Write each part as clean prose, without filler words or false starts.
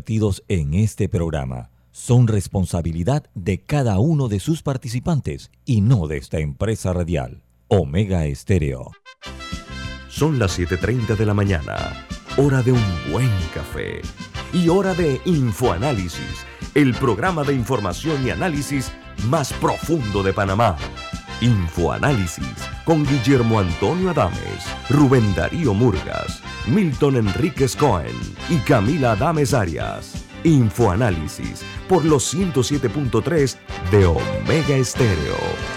vertidos en este programa son responsabilidad de cada uno de sus participantes y no de esta empresa radial. Omega Estéreo. Son las 7:30 de la mañana, hora de un buen café y hora de Infoanálisis, el programa de información y análisis más profundo de Panamá. Infoanálisis con Guillermo Antonio Adames, Rubén Darío Murgas, Milton Enríquez Cohen y Camila Adames Arias. Infoanálisis por los 107.3 de Omega Estéreo.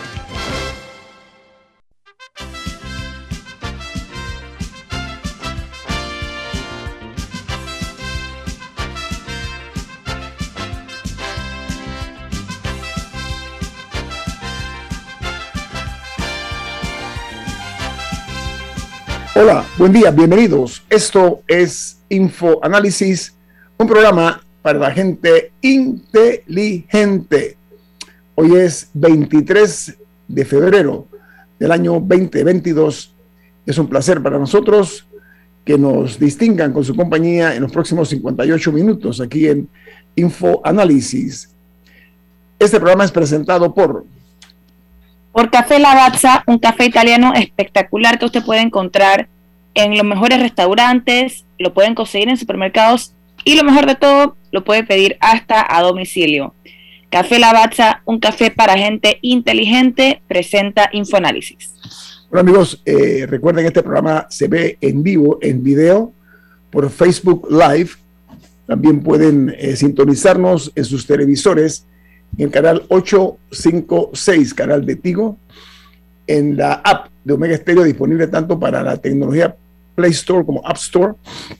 Hola, buen día, bienvenidos. Esto es Infoanálisis, un programa para la gente inteligente. Hoy es 23 de febrero del año 2022. Es un placer para nosotros que nos distingan con su compañía en los próximos 58 minutos aquí en Infoanálisis. Este programa es presentado por Café Lavazza, un café italiano espectacular que usted puede encontrar en los mejores restaurantes, lo pueden conseguir en supermercados y lo mejor de todo, lo puede pedir hasta a domicilio. Café Lavazza, un café para gente inteligente, presenta Infoanálisis. Bueno, amigos, recuerden que este programa se ve en vivo, en video, por Facebook Live. También pueden sintonizarnos en sus televisores en el canal 856, canal de Tigo, en la app de Omega Estéreo, disponible tanto para la tecnología Play Store como App Store.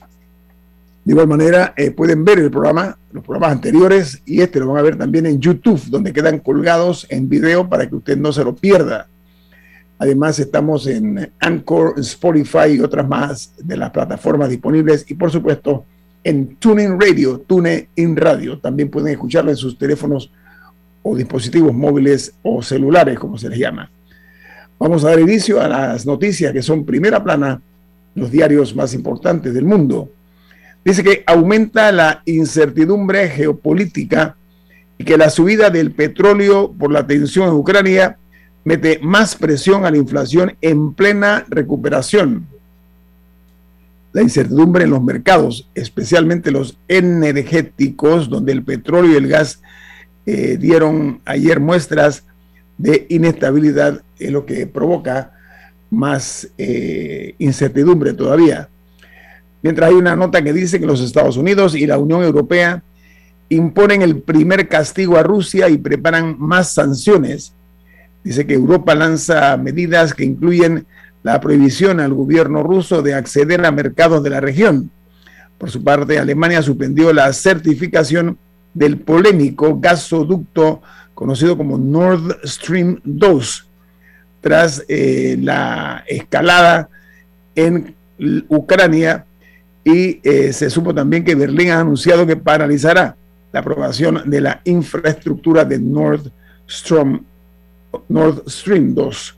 De igual manera, pueden ver el programa, los programas anteriores, y lo van a ver también en YouTube, donde quedan colgados en video para que usted no se lo pierda. Además, estamos en Anchor, Spotify y otras más de las plataformas disponibles, y por supuesto, en TuneIn Radio. También pueden escucharlo en sus teléfonos o dispositivos móviles o celulares, como se les llama. Vamos a dar inicio a las noticias que son primera plana, los diarios más importantes del mundo. Dice que aumenta la incertidumbre geopolítica y que la subida del petróleo por la tensión en Ucrania mete más presión a la inflación en plena recuperación. La incertidumbre en los mercados, especialmente los energéticos, donde el petróleo y el gas dieron ayer muestras de inestabilidad, es lo que provoca más incertidumbre todavía. Mientras hay una nota que dice que los Estados Unidos y la Unión Europea imponen el primer castigo a Rusia y preparan más sanciones. Dice que Europa lanza medidas que incluyen la prohibición al gobierno ruso de acceder a mercados de la región. Por su parte, Alemania suspendió la certificación del polémico gasoducto conocido como Nord Stream 2, tras la escalada en Ucrania, y se supo también que Berlín ha anunciado que paralizará la aprobación de la infraestructura de Nord Stream 2.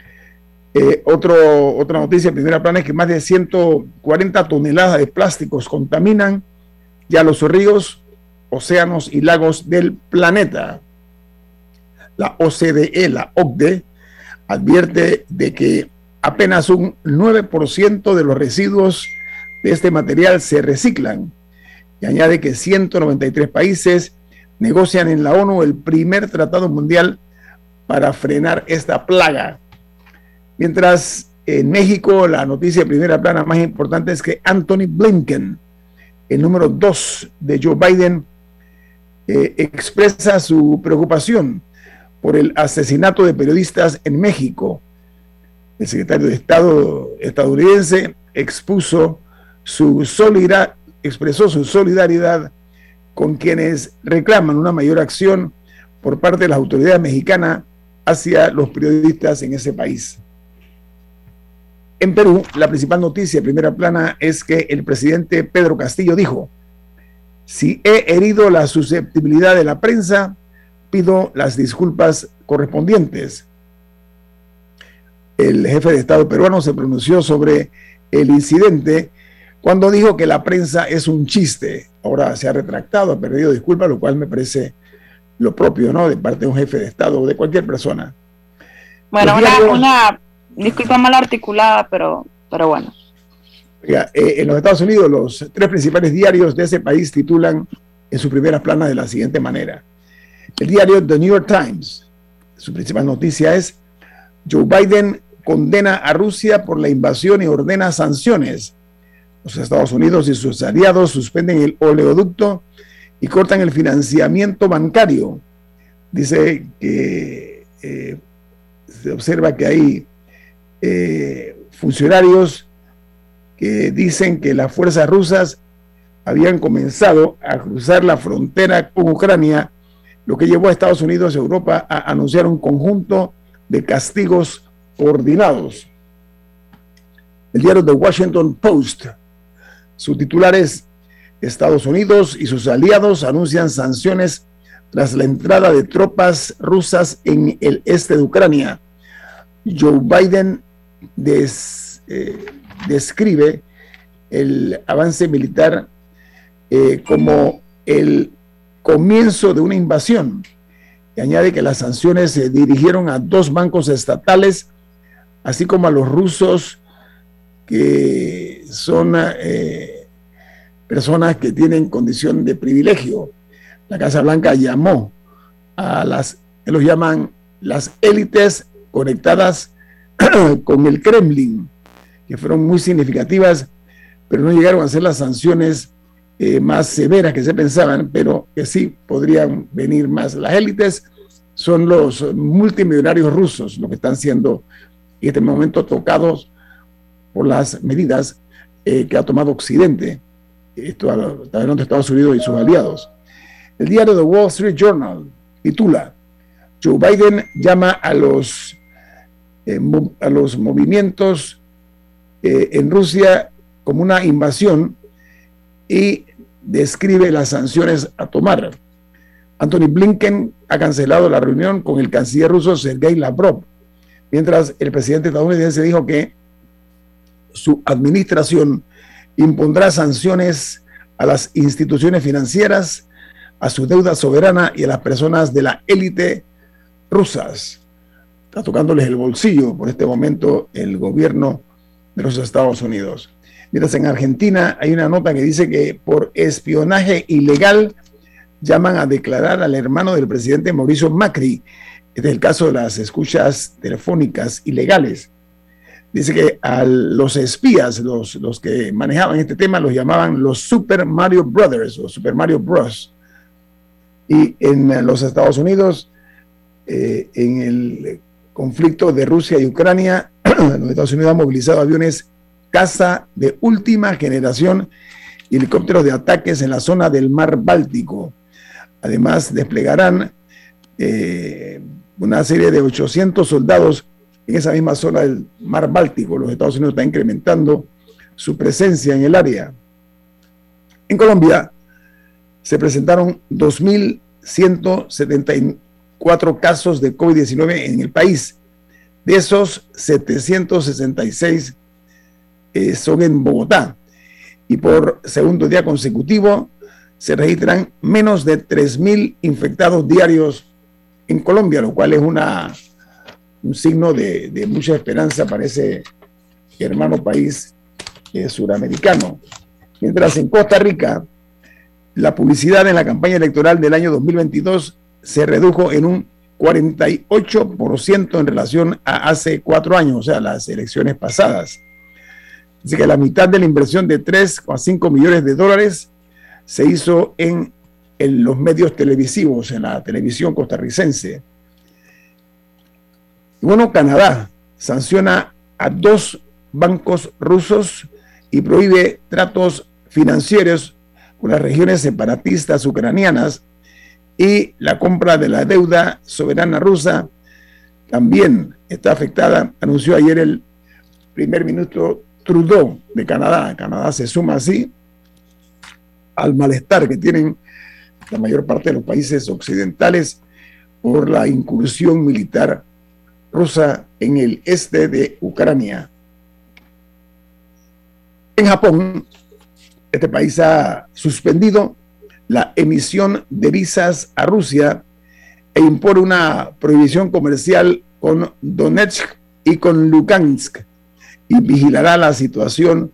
Otra noticia de primera plana es que más de 140 toneladas de plásticos contaminan ya los ríos, océanos y lagos del planeta. La OCDE, la OCDE, advierte de que apenas un 9% de los residuos de este material se reciclan, y añade que 193 países negocian en la ONU el primer tratado mundial para frenar esta plaga. Mientras en México, la noticia de primera plana más importante es que Anthony Blinken, el número 2 de Joe Biden, expresa su preocupación por el asesinato de periodistas en México. El secretario de Estado estadounidense expresó su solidaridad con quienes reclaman una mayor acción por parte de las autoridades mexicanas hacia los periodistas en ese país. En Perú, la principal noticia de primera plana es que el presidente Pedro Castillo dijo: si he herido la susceptibilidad de la prensa, pido las disculpas correspondientes. El jefe de Estado peruano se pronunció sobre el incidente cuando dijo que la prensa es un chiste. Ahora se ha retractado, ha pedido disculpas, lo cual me parece lo propio, ¿no? De parte de un jefe de Estado o de cualquier persona. Bueno, una disculpa mal articulada, pero bueno. En los Estados Unidos, los 3 principales diarios de ese país titulan en sus primeras planas de la siguiente manera. El diario The New York Times, su principal noticia es: Joe Biden condena a Rusia por la invasión y ordena sanciones. Los Estados Unidos y sus aliados suspenden el oleoducto y cortan el financiamiento bancario. Dice que se observa que hay funcionarios que dicen que las fuerzas rusas habían comenzado a cruzar la frontera con Ucrania, lo que llevó a Estados Unidos y Europa a anunciar un conjunto de castigos coordinados. El diario The Washington Post, su titular es: Estados Unidos y sus aliados anuncian sanciones tras la entrada de tropas rusas en el este de Ucrania. Joe Biden describe el avance militar como el comienzo de una invasión, y añade que las sanciones se dirigieron a 2 bancos estatales, así como a los rusos que son personas que tienen condición de privilegio. La Casa Blanca llamó a los llaman las élites conectadas con el Kremlin, que fueron muy significativas, pero no llegaron a ser las sanciones más severas que se pensaban, pero que sí podrían venir más. Las élites son los multimillonarios rusos, los que están siendo en este momento tocados por las medidas que ha tomado Occidente. Esto está hablando de Estados Unidos y sus aliados. El diario The Wall Street Journal titula: Joe Biden llama a los movimientos en Rusia como una invasión y describe las sanciones a tomar. Anthony Blinken ha cancelado la reunión con el canciller ruso Sergei Lavrov, mientras el presidente estadounidense dijo que su administración impondrá sanciones a las instituciones financieras, a su deuda soberana y a las personas de la élite rusas. Está tocándoles el bolsillo por este momento el gobierno de los Estados Unidos. Mientras en Argentina hay una nota que dice que por espionaje ilegal llaman a declarar al hermano del presidente Mauricio Macri. Este es el caso de las escuchas telefónicas ilegales. Dice que a los espías, los que manejaban este tema, los llamaban los Super Mario Brothers o Super Mario Bros. Y en los Estados Unidos, en el conflicto de Rusia y Ucrania, los Estados Unidos han movilizado aviones caza de última generación y helicópteros de ataques en la zona del mar Báltico. Además, desplegarán una serie de 800 soldados en esa misma zona del mar Báltico. Los Estados Unidos están incrementando su presencia en el área. En Colombia se presentaron 2.174 casos de COVID-19 en el país. De esos, 766 son en Bogotá. Y por segundo día consecutivo se registran menos de 3.000 infectados diarios en Colombia, lo cual es un signo de mucha esperanza para ese hermano país suramericano. Mientras en Costa Rica, la publicidad en la campaña electoral del año 2022 se redujo en un 48% en relación a hace 4 años, o sea, las elecciones pasadas. Así que la mitad de la inversión de $3,5 millones se hizo en los medios televisivos, en la televisión costarricense. Y bueno, Canadá sanciona a 2 bancos rusos y prohíbe tratos financieros con las regiones separatistas ucranianas, y la compra de la deuda soberana rusa también está afectada, anunció ayer el primer ministro Trudeau de Canadá. Canadá se suma así al malestar que tienen la mayor parte de los países occidentales por la incursión militar rusa en el este de Ucrania. En Japón, este país ha suspendido la emisión de visas a Rusia e impone una prohibición comercial con Donetsk y con Lugansk, y vigilará la situación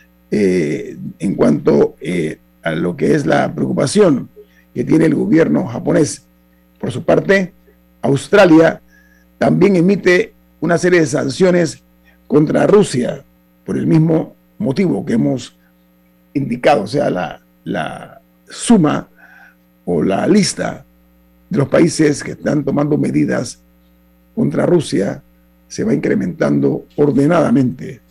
en cuanto a lo que es la preocupación que tiene el gobierno japonés. Por su parte, Australia también emite una serie de sanciones contra Rusia por el mismo motivo que hemos indicado, o sea, la suma o la lista de los países que están tomando medidas contra Rusia se va incrementando ordenadamente.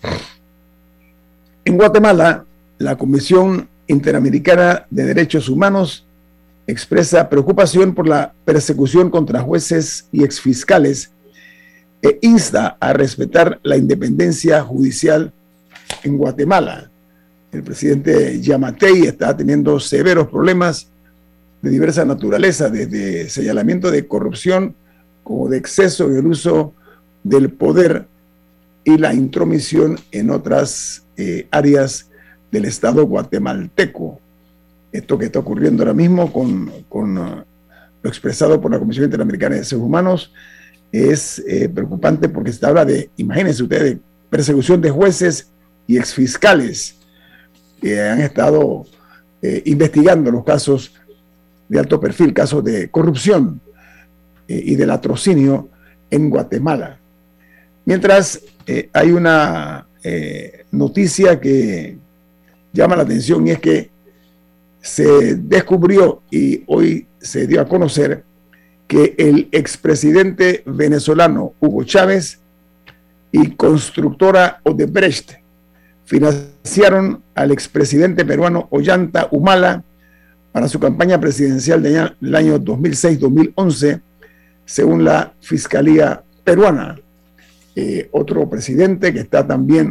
En Guatemala, la Comisión Interamericana de Derechos Humanos expresa preocupación por la persecución contra jueces y exfiscales e insta a respetar la independencia judicial en Guatemala. El presidente Yamatei está teniendo severos problemas de diversa naturaleza, desde señalamiento de corrupción como de exceso en el uso del poder y la intromisión en otras áreas del Estado guatemalteco. Esto que está ocurriendo ahora mismo con lo expresado por la Comisión Interamericana de Derechos Humanos es preocupante, porque se habla de, imagínense ustedes, de persecución de jueces y exfiscales que han estado investigando los casos de alto perfil, casos de corrupción y de latrocinio en Guatemala. Mientras hay una noticia que llama la atención, y es que se descubrió y hoy se dio a conocer que el expresidente venezolano Hugo Chávez y constructora Odebrecht financiaron al expresidente peruano Ollanta Humala para su campaña presidencial del año 2006-2011, según la Fiscalía peruana. Otro presidente que está también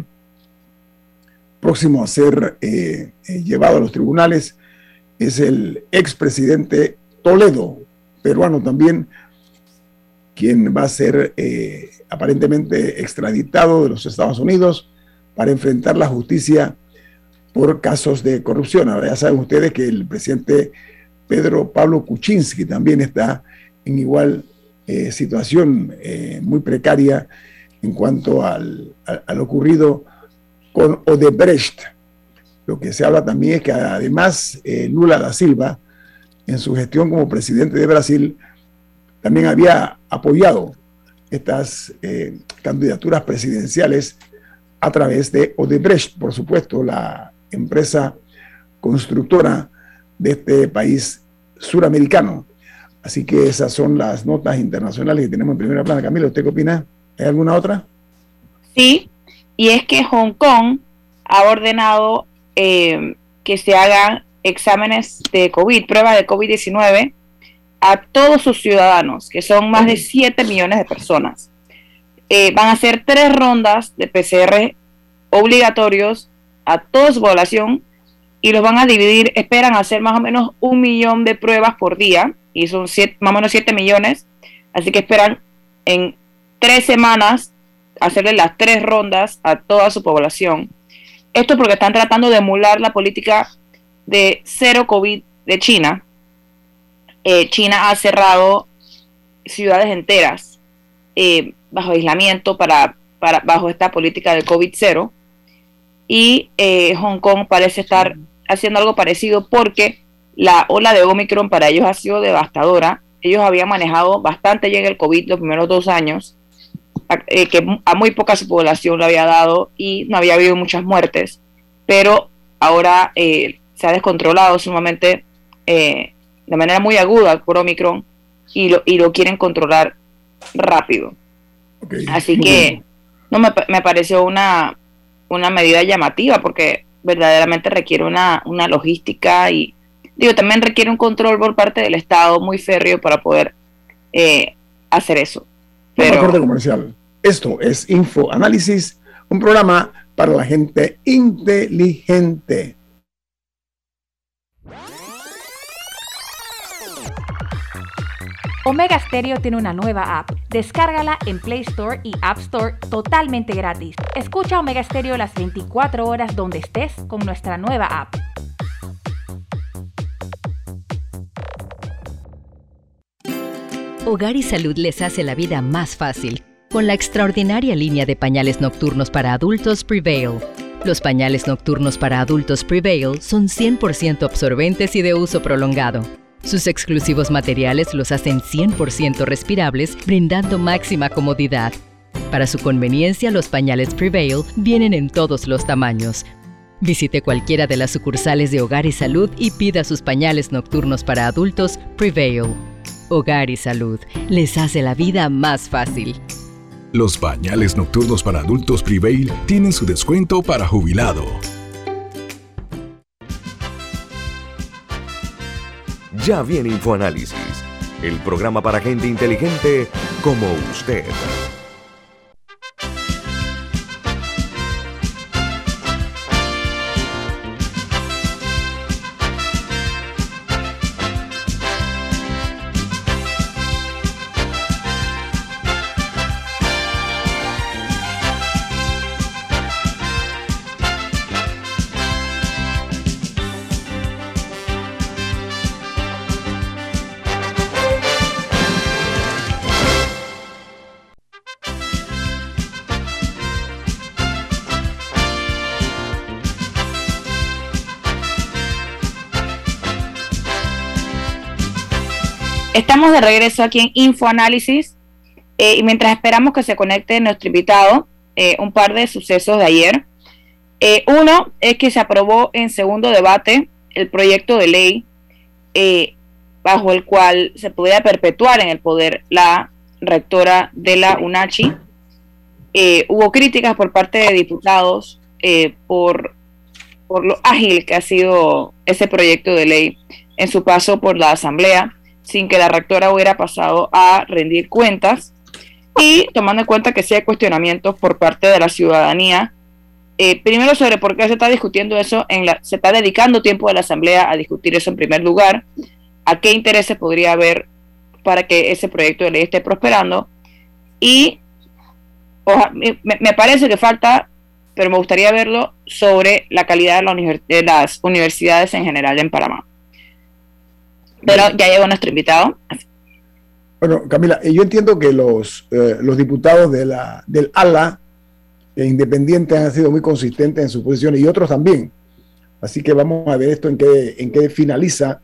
próximo a ser llevado a los tribunales es el expresidente Toledo, peruano también, quien va a ser aparentemente extraditado de los Estados Unidos para enfrentar la justicia por casos de corrupción. Ahora ya saben ustedes que el presidente Pedro Pablo Kuczynski también está en igual situación muy precaria en cuanto a lo ocurrido con Odebrecht. Lo que se habla también es que además Lula da Silva, en su gestión como presidente de Brasil, también había apoyado estas candidaturas presidenciales a través de Odebrecht, por supuesto, la empresa constructora de este país suramericano. Así que esas son las notas internacionales que tenemos en primera plana. Camila, ¿usted qué opina? ¿Hay alguna otra? Sí, y es que Hong Kong ha ordenado que se hagan exámenes de COVID, pruebas de COVID-19 a todos sus ciudadanos, que son más de 7 millones de personas. Van a hacer 3 rondas de PCR obligatorios a toda su población y los van a dividir. Esperan hacer más o menos 1 millón de pruebas por día, y son más o menos 7 millones, así que esperan en 3 semanas hacerle las 3 rondas a toda su población. Esto porque están tratando de emular la política de cero COVID de China. China ha cerrado ciudades enteras bajo aislamiento bajo esta política de COVID-0, y Hong Kong parece estar haciendo algo parecido, porque la ola de Omicron para ellos ha sido devastadora. Ellos habían manejado bastante bien el COVID los primeros 2 años, que a muy poca su población lo había dado y no había habido muchas muertes, pero ahora se ha descontrolado sumamente de manera muy aguda por Omicron, y lo quieren controlar rápido. Okay. Así que no me pareció una medida llamativa, porque verdaderamente requiere una logística, y también requiere un control por parte del Estado muy férreo para poder hacer eso. Pero corte comercial. Esto es InfoAnálisis, un programa para la gente inteligente. Omega Stereo tiene una nueva app. Descárgala en Play Store y App Store totalmente gratis. Escucha Omega Stereo las 24 horas donde estés con nuestra nueva app. Hogar y Salud les hace la vida más fácil con la extraordinaria línea de pañales nocturnos para adultos Prevail. Los pañales nocturnos para adultos Prevail son 100% absorbentes y de uso prolongado. Sus exclusivos materiales los hacen 100% respirables, brindando máxima comodidad. Para su conveniencia, los pañales Prevail vienen en todos los tamaños. Visite cualquiera de las sucursales de Hogar y Salud y pida sus pañales nocturnos para adultos Prevail. Hogar y Salud les hace la vida más fácil. Los pañales nocturnos para adultos Prevail tienen su descuento para jubilado. Ya viene InfoAnálisis, el programa para gente inteligente como usted. Estamos de regreso aquí en InfoAnálisis y mientras esperamos que se conecte nuestro invitado, un par de sucesos de ayer. Uno es que se aprobó en segundo debate el proyecto de ley bajo el cual se pudiera perpetuar en el poder la rectora de la UNACHI. Hubo críticas por parte de diputados por lo ágil que ha sido ese proyecto de ley en su paso por la Asamblea, sin que la rectora hubiera pasado a rendir cuentas, y tomando en cuenta que sí hay cuestionamientos por parte de la ciudadanía, primero sobre por qué se está discutiendo eso, se está dedicando tiempo de la Asamblea a discutir eso en primer lugar, a qué intereses podría haber para que ese proyecto de ley esté prosperando, y me parece que falta, pero me gustaría verlo, sobre la calidad de las universidades en general en Panamá. Pero ya llegó nuestro invitado. Bueno, Camila, yo entiendo que los diputados del ALA independiente han sido muy consistentes en sus posiciones, y otros también. Así que vamos a ver esto en qué finaliza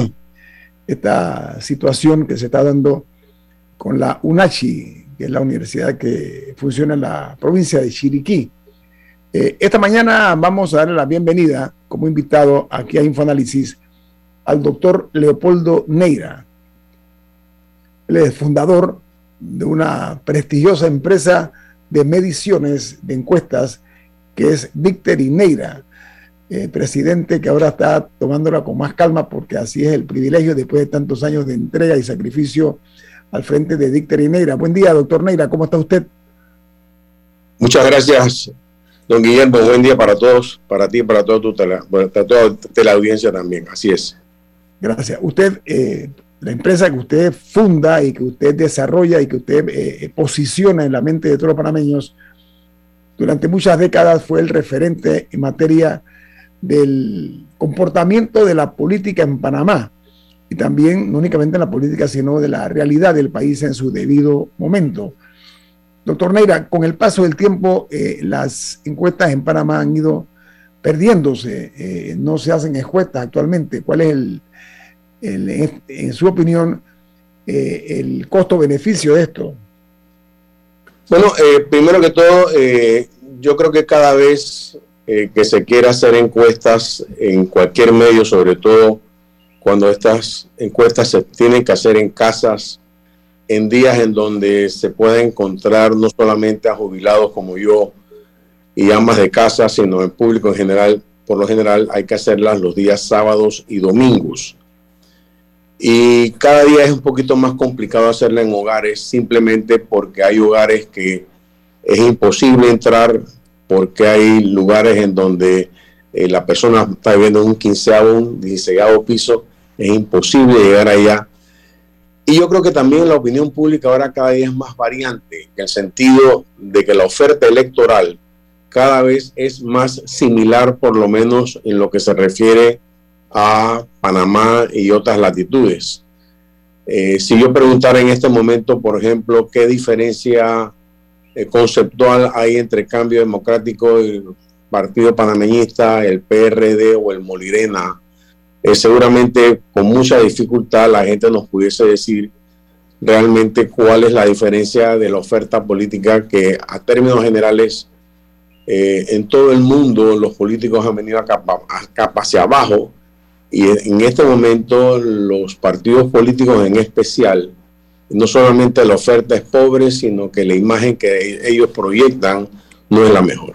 esta situación que se está dando con la UNACHI, que es la universidad que funciona en la provincia de Chiriquí. Esta mañana vamos a darle la bienvenida como invitado aquí a InfoAnálisis al doctor Leopoldo Neira. Él es fundador de una prestigiosa empresa de mediciones, de encuestas, que es Victory Neira, presidente que ahora está tomándola con más calma, porque así es el privilegio después de tantos años de entrega y sacrificio al frente de Victory Neira. Buen día, doctor Neira, ¿cómo está usted? Muchas gracias, don Guillermo. Buen día para todos, para ti y para toda toda la audiencia también. Así es. Gracias. Usted, la empresa que usted funda y que usted desarrolla y que usted posiciona en la mente de todos los panameños, durante muchas décadas fue el referente en materia del comportamiento de la política en Panamá, y también no únicamente en la política, sino de la realidad del país en su debido momento. Doctor Neira, con el paso del tiempo, las encuestas en Panamá han ido perdiéndose, no se hacen encuestas actualmente. ¿Cuál es en su opinión, el costo-beneficio de esto? Bueno, primero que todo, yo creo que cada vez que se quiera hacer encuestas en cualquier medio, sobre todo cuando estas encuestas se tienen que hacer en casas, en días en donde se puede encontrar no solamente a jubilados como yo y amas de casa, sino en público en general, por lo general hay que hacerlas los días sábados y domingos. Y cada día es un poquito más complicado hacerla en hogares, simplemente porque hay hogares que es imposible entrar, porque hay lugares en donde la persona está viviendo en un 15º, un 16º piso, es imposible llegar allá. Y yo creo que también la opinión pública ahora cada día es más variante, en el sentido de que la oferta electoral cada vez es más similar, por lo menos en lo que se refiere a Panamá y otras latitudes. Si yo preguntara en este momento, por ejemplo, qué diferencia conceptual hay entre Cambio Democrático y el Partido Panameñista, el PRD o el Molirena, seguramente con mucha dificultad la gente nos pudiese decir realmente cuál es la diferencia de la oferta política que a términos generales en todo el mundo los políticos han venido a capa hacia abajo, y en este momento los partidos políticos en especial, no solamente la oferta es pobre, sino que la imagen que ellos proyectan no es la mejor.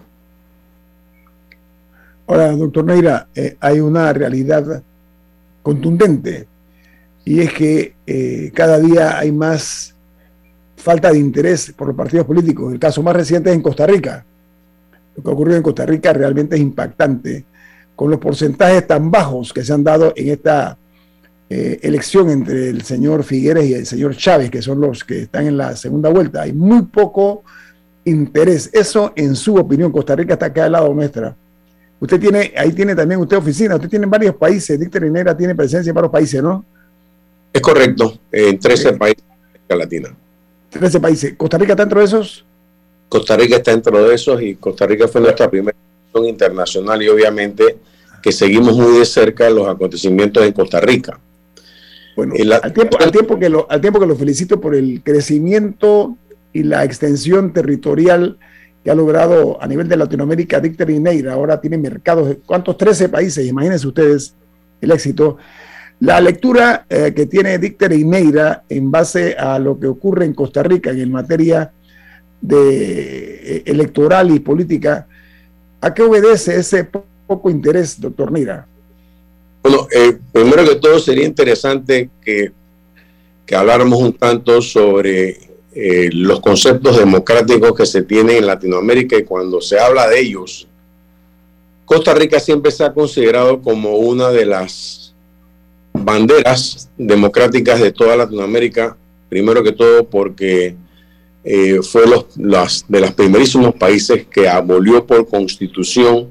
Ahora, doctor Neira, hay una realidad contundente, y es que cada día hay más falta de interés por los partidos políticos. El caso más reciente es en Costa Rica. Lo que ha ocurrido en Costa Rica realmente es impactante, con los porcentajes tan bajos que se han dado en esta elección entre el señor Figueres y el señor Chávez, que son los que están en la segunda vuelta. Hay muy poco interés. Eso, en su opinión, Costa Rica está acá al lado nuestra. Usted tiene, ahí tiene también usted oficina, usted tiene en varios países, Víctor Neira tiene presencia en varios países, ¿no? Es correcto, en 13 países de América Latina. 13 países. ¿Costa Rica está dentro de esos? Costa Rica está dentro de esos, y Costa Rica fue nuestra primera misión internacional, y obviamente que seguimos muy de cerca los acontecimientos en Costa Rica. Bueno, al tiempo que lo felicito por el crecimiento y la extensión territorial que ha logrado a nivel de Latinoamérica, Víctor Neira ahora tiene mercados, ¿cuántos? 13 países, imagínense ustedes el éxito. La lectura que tiene Víctor Neira en base a lo que ocurre en Costa Rica en materia de electoral y política, ¿a qué obedece ese poco interés, doctor Neira? Bueno, primero que todo sería interesante que habláramos un tanto sobre los conceptos democráticos que se tienen en Latinoamérica, y cuando se habla de ellos, Costa Rica siempre se ha considerado como una de las banderas democráticas de toda Latinoamérica, primero que todo porque fue de los primerísimos países que abolió por constitución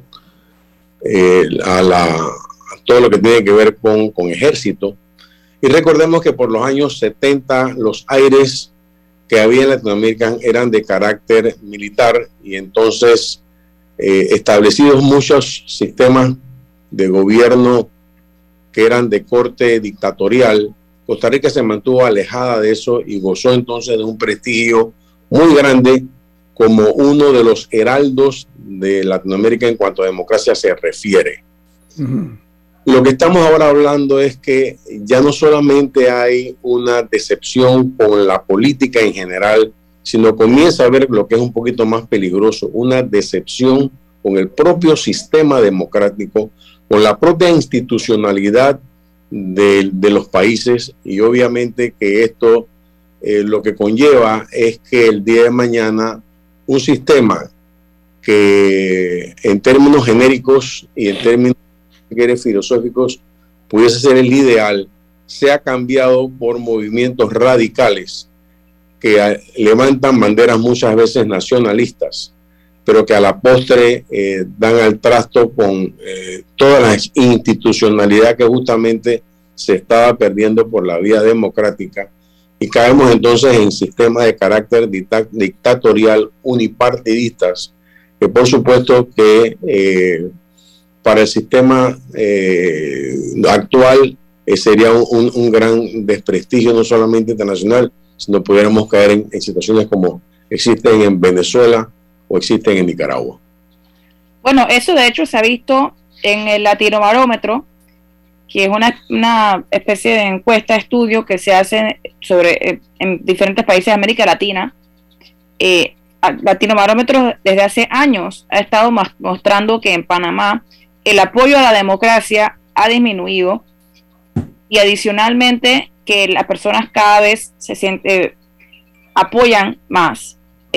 a todo lo que tiene que ver con ejército. Y recordemos que por los años 70 los aires que había en Latinoamérica eran de carácter militar, y entonces establecidos muchos sistemas de gobierno que eran de corte dictatorial, Costa Rica se mantuvo alejada de eso y gozó entonces de un prestigio muy grande como uno de los heraldos de Latinoamérica en cuanto a democracia se refiere. Uh-huh. Lo que estamos ahora hablando es que ya no solamente hay una decepción con la política en general, sino comienza a haber lo que es un poquito más peligroso, una decepción con el propio sistema democrático, con la propia institucionalidad de los países, y obviamente que esto lo que conlleva es que el día de mañana un sistema que en términos genéricos y en términos filosóficos pudiese ser el ideal, sea cambiado por movimientos radicales que levantan banderas muchas veces nacionalistas, pero que a la postre dan al trasto con toda la institucionalidad que justamente se estaba perdiendo por la vía democrática, y caemos entonces en sistemas de carácter dictatorial unipartidistas, que por supuesto que para el sistema actual sería un gran desprestigio, no solamente internacional, sino pudiéramos caer en situaciones como existen en Venezuela o existen en Nicaragua. Bueno, eso de hecho se ha visto en el Latinobarómetro, que es una especie de encuesta, estudio que se hace en diferentes países de América Latina. Latinobarómetro desde hace años ha estado mostrando que en Panamá el apoyo a la democracia ha disminuido, y adicionalmente que las personas cada vez apoyan más,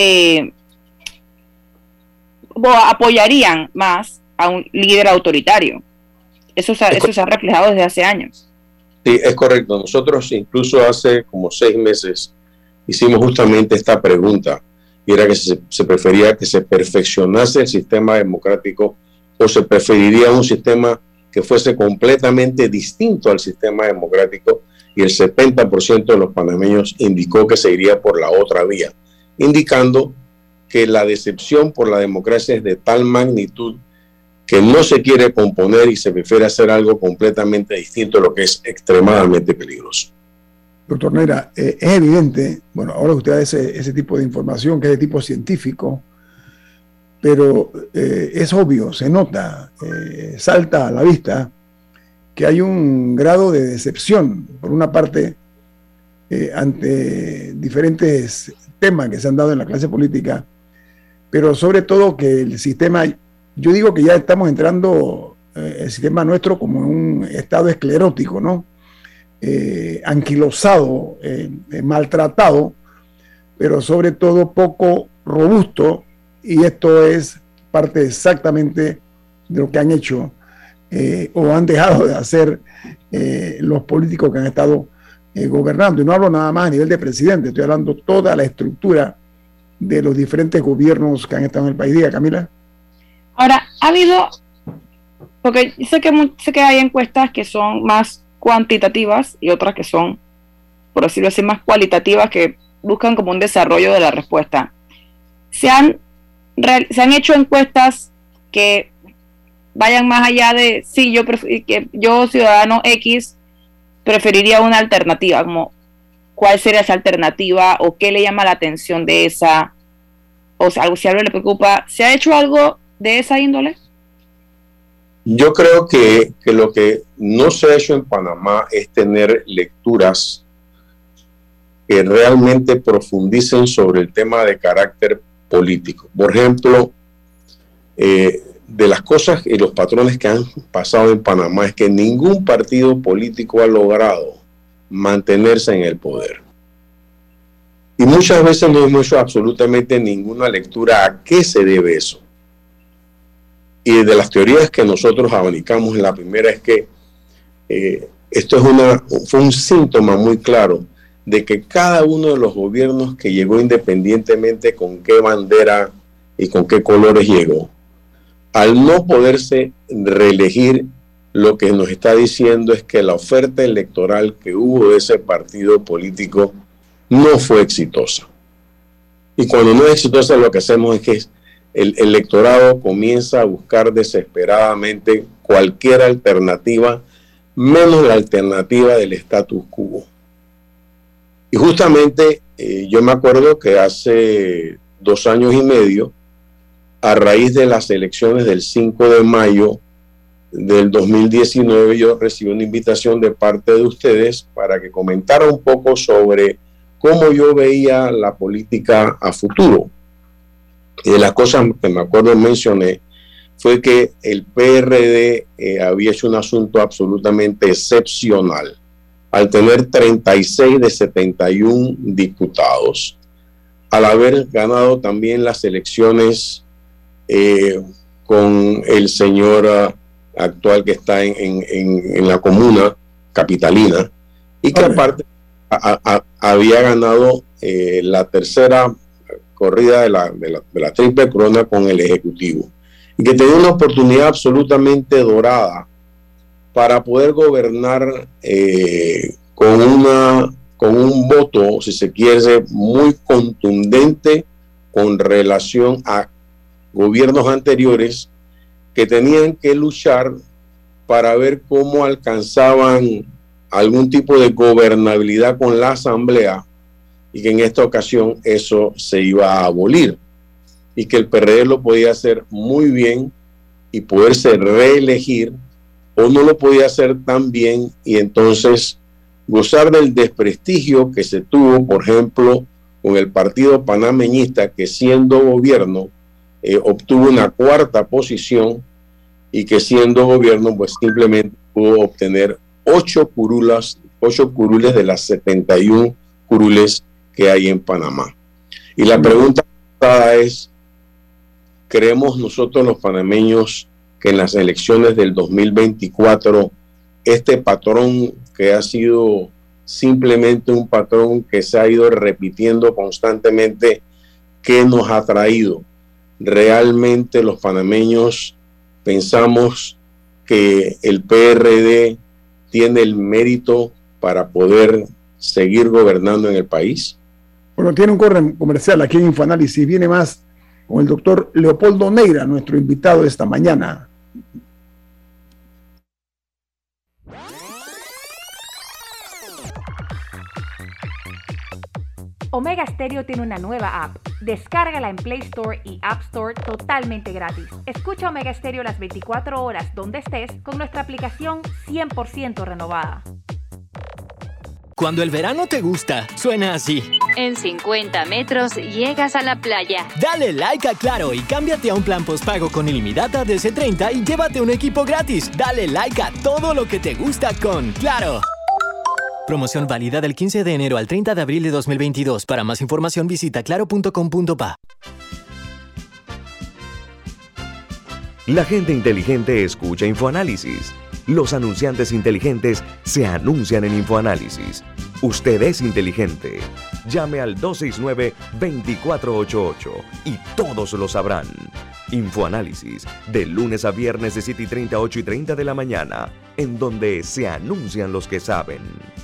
o apoyarían más a un líder autoritario. Eso se ha reflejado desde hace años. Sí, es correcto. Nosotros incluso hace como 6 meses hicimos justamente esta pregunta, y era que se prefería que se perfeccionase el sistema democrático, o se preferiría un sistema que fuese completamente distinto al sistema democrático. y el 70% de los panameños indicó que se iría por la otra vía, indicando que la decepción por la democracia es de tal magnitud que no se quiere componer y se prefiere hacer algo completamente distinto, lo que es extremadamente peligroso. Doctor Neira, es evidente, bueno, ahora usted da ese tipo de información que es de tipo científico, pero es obvio, se nota, salta a la vista que hay un grado de decepción, por una parte, ante diferentes temas que se han dado en la clase política, pero sobre todo que el sistema, yo digo que ya estamos entrando, el sistema nuestro, como en un estado esclerótico, ¿no? Anquilosado, maltratado, pero sobre todo poco robusto, y esto es parte exactamente de lo que han hecho o han dejado de hacer los políticos que han estado gobernando. Y no hablo nada más a nivel de presidente, estoy hablando toda la estructura de los diferentes gobiernos que han estado en el país. Diga, Camila. Ahora, ha habido, porque sé que hay encuestas que son más cuantitativas y otras que son, por decirlo así, más cualitativas, que buscan como un desarrollo de la respuesta. Se han hecho encuestas que vayan más allá de, sí, yo ciudadano X preferiría una alternativa, como cuál sería esa alternativa o qué le llama la atención de esa, o sea, algo, si a algo le preocupa. ¿Se ha hecho algo de esa índole? Yo creo que lo que no se ha hecho en Panamá es tener lecturas que realmente profundicen sobre el tema de carácter político. Por ejemplo, de las cosas y los patrones que han pasado en Panamá es que ningún partido político ha logrado mantenerse en el poder. Y muchas veces no hemos hecho absolutamente ninguna lectura a qué se debe eso. Y de las teorías que nosotros abanicamos, la primera es que esto fue un síntoma muy claro de que cada uno de los gobiernos que llegó, independientemente con qué bandera y con qué colores llegó, al no poderse reelegir, lo que nos está diciendo es que la oferta electoral que hubo de ese partido político no fue exitosa. Y cuando no es exitosa, lo que hacemos es que el electorado comienza a buscar desesperadamente cualquier alternativa, menos la alternativa del status quo. Y justamente yo me acuerdo que hace 2 años y medio, a raíz de las elecciones del 5 de mayo del 2019, yo recibí una invitación de parte de ustedes para que comentara un poco sobre cómo yo veía la política a futuro. Y de las cosas que me acuerdo mencioné fue que el PRD había hecho un asunto absolutamente excepcional al tener 36 de 71 diputados, al haber ganado también las elecciones con el señor actual que está en la comuna capitalina, y que aparte había ganado la tercera corrida de la triple corona con el Ejecutivo, y que tenía una oportunidad absolutamente dorada para poder gobernar con un voto, si se quiere, muy contundente con relación a gobiernos anteriores que tenían que luchar para ver cómo alcanzaban algún tipo de gobernabilidad con la Asamblea, y que en esta ocasión eso se iba a abolir, y que el PRD lo podía hacer muy bien y poderse reelegir, o no lo podía hacer tan bien y entonces gozar del desprestigio que se tuvo, por ejemplo, con el partido panameñista, que siendo gobierno obtuvo una 4ª posición, y que siendo gobierno pues simplemente pudo obtener 8 curules de las 71 curules que hay en Panamá. Y la pregunta es, ¿creemos nosotros los panameños que en las elecciones del 2024 este patrón, que ha sido simplemente un patrón que se ha ido repitiendo constantemente, qué nos ha traído? ¿Realmente los panameños pensamos que el PRD tiene el mérito para poder seguir gobernando en el país. Bueno, tiene un corte comercial aquí en Infoanálisis. Viene más con el doctor Leopoldo Neira, nuestro invitado esta mañana. Omega Stereo tiene una nueva app. Descárgala en Play Store y App Store totalmente gratis. Escucha Omega Stereo las 24 horas donde estés con nuestra aplicación 100% renovada. Cuando el verano te gusta, suena así. En 50 metros llegas a la playa. Dale like a Claro y cámbiate a un plan postpago con ilimitada de C30 y llévate un equipo gratis. Dale like a todo lo que te gusta con Claro. Promoción válida del 15 de enero al 30 de abril de 2022. Para más información visita claro.com.pa. La gente inteligente escucha InfoAnálisis. Los anunciantes inteligentes se anuncian en InfoAnálisis. Usted es inteligente. Llame al 269-2488 y todos lo sabrán. InfoAnálisis, de lunes a viernes de 7:30 a 8:30 de la mañana, en donde se anuncian los que saben.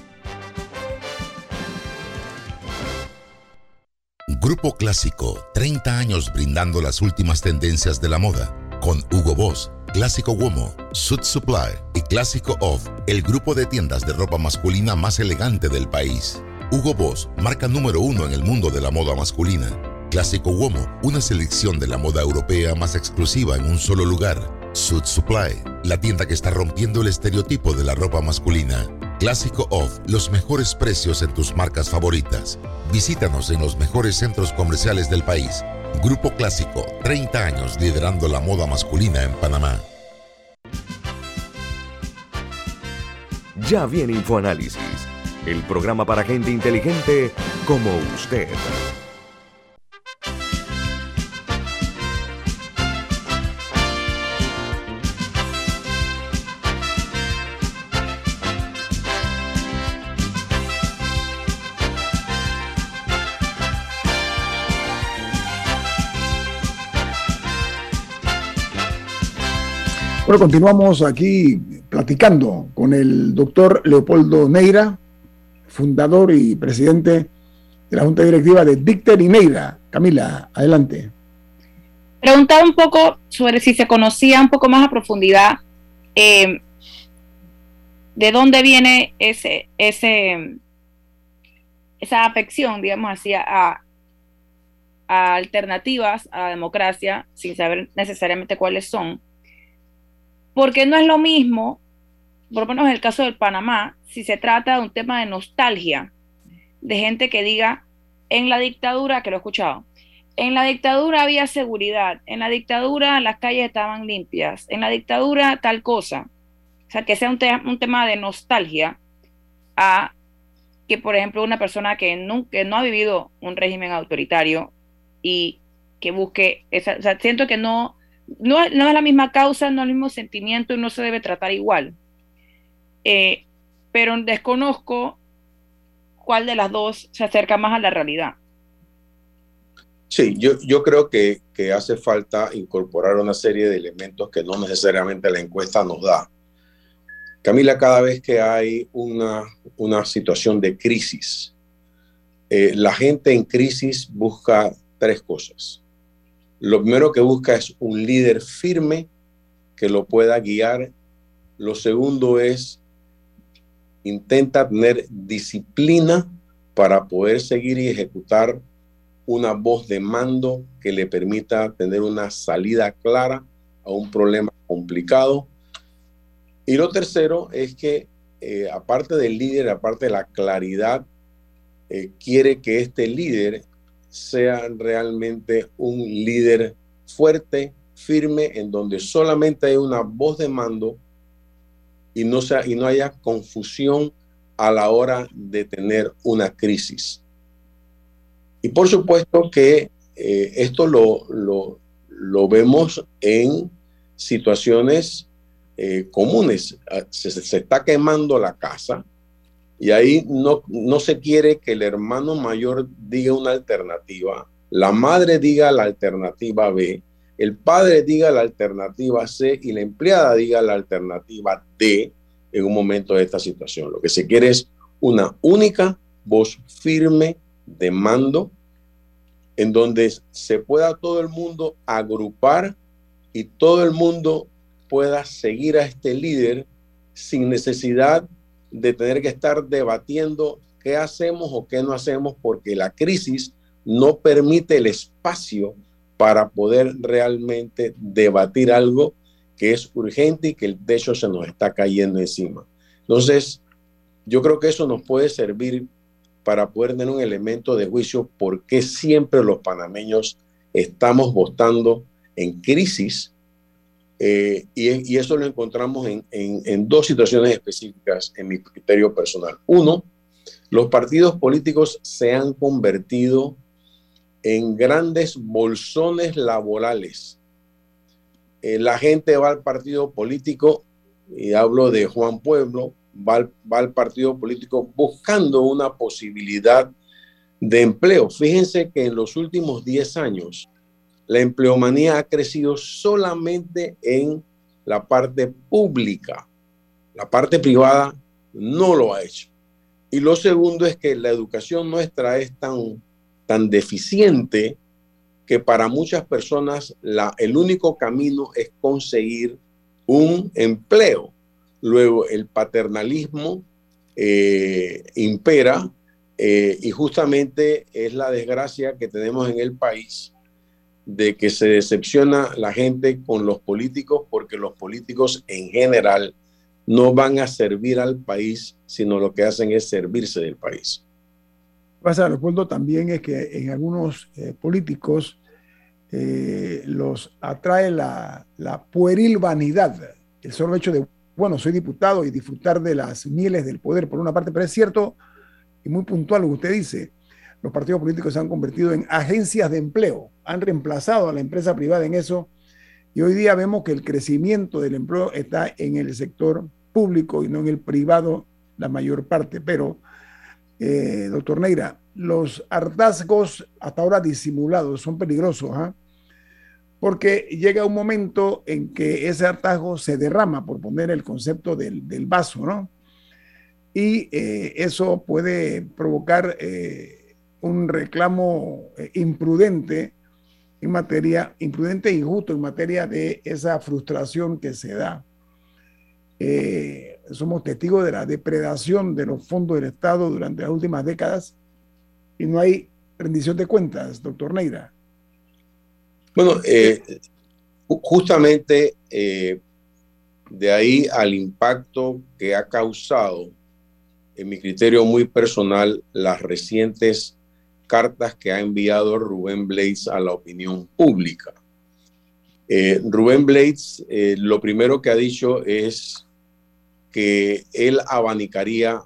Grupo Clásico, 30 años brindando las últimas tendencias de la moda. Con Hugo Boss, Clásico Womo, Suit Supply y Clásico Off, el grupo de tiendas de ropa masculina más elegante del país. Hugo Boss, marca número 1 en el mundo de la moda masculina. Clásico Womo, una selección de la moda europea más exclusiva en un solo lugar. Suit Supply, la tienda que está rompiendo el estereotipo de la ropa masculina. Clásico Off, los mejores precios en tus marcas favoritas. Visítanos en los mejores centros comerciales del país. Grupo Clásico, 30 años liderando la moda masculina en Panamá. Ya viene InfoAnálisis, el programa para gente inteligente como usted. Bueno, continuamos aquí platicando con el doctor Leopoldo Neira, fundador y presidente de la Junta Directiva de Dicter y Neira. Camila, adelante. Preguntaba un poco sobre si se conocía un poco más a profundidad de dónde viene esa afección, digamos así, a alternativas a la democracia, sin saber necesariamente cuáles son. Porque no es lo mismo, por lo menos en el caso del Panamá, si se trata de un tema de nostalgia, de gente que diga, en la dictadura, que lo he escuchado, en la dictadura había seguridad, en la dictadura las calles estaban limpias, en la dictadura tal cosa. O sea, que sea un tema de nostalgia a que, por ejemplo, una persona que no ha vivido un régimen autoritario y que busque, o sea, siento que no es la misma causa, no es el mismo sentimiento y no se debe tratar igual. Pero desconozco cuál de las dos se acerca más a la realidad. Sí, yo creo que hace falta incorporar una serie de elementos que no necesariamente la encuesta nos da. Camila, cada vez que hay una situación de crisis, la gente en crisis busca tres cosas. Lo primero que busca es un líder firme que lo pueda guiar. Lo segundo es intenta tener disciplina para poder seguir y ejecutar una voz de mando que le permita tener una salida clara a un problema complicado. Y lo tercero es que aparte del líder, aparte de la claridad, quiere que este líder sea realmente un líder fuerte, firme, en donde solamente hay una voz de mando y no haya confusión a la hora de tener una crisis. Y por supuesto que esto lo vemos en situaciones comunes. Se está quemando la casa. Y ahí no se quiere que el hermano mayor diga una alternativa, la madre diga la alternativa B, el padre diga la alternativa C y la empleada diga la alternativa D en un momento de esta situación. Lo que se quiere es una única voz firme de mando, en donde se pueda todo el mundo agrupar y todo el mundo pueda seguir a este líder sin necesidad de tener que estar debatiendo qué hacemos o qué no hacemos, porque la crisis no permite el espacio para poder realmente debatir algo que es urgente y que el techo se nos está cayendo encima. Entonces, yo creo que eso nos puede servir para poder tener un elemento de juicio por qué siempre los panameños estamos votando en crisis, y eso lo encontramos en dos situaciones específicas en mi criterio personal. Uno, los partidos políticos se han convertido en grandes bolsones laborales. La gente va al partido político, y hablo de Juan Pueblo, va al partido político buscando una posibilidad de empleo. Fíjense que en los últimos 10 años la empleomanía ha crecido solamente en la parte pública. La parte privada no lo ha hecho. Y lo segundo es que la educación nuestra es tan deficiente que para muchas personas el único camino es conseguir un empleo. Luego el paternalismo impera, y justamente es la desgracia que tenemos en el país, de que se decepciona la gente con los políticos, porque los políticos en general no van a servir al país, sino lo que hacen es servirse del país. Pasa, Leopoldo, también es que en algunos políticos los atrae la pueril vanidad, el solo hecho de, bueno, soy diputado y disfrutar de las mieles del poder por una parte, pero es cierto y muy puntual lo que usted dice. Los partidos políticos se han convertido en agencias de empleo, han reemplazado a la empresa privada en eso, y hoy día vemos que el crecimiento del empleo está en el sector público y no en el privado la mayor parte. Pero, doctor Neira, los hartazgos hasta ahora disimulados son peligrosos, ¿eh? Porque llega un momento en que ese hartazgo se derrama, por poner el concepto del vaso, ¿no? Y eso puede provocar un reclamo imprudente y injusto en materia de esa frustración que se da. Somos testigos de la depredación de los fondos del Estado durante las últimas décadas y no hay rendición de cuentas, doctor Neira. Bueno, justamente de ahí al impacto que ha causado, en mi criterio muy personal, las recientes cartas que ha enviado Rubén Blades a la opinión pública. Rubén Blades, lo primero que ha dicho es que él abanicaría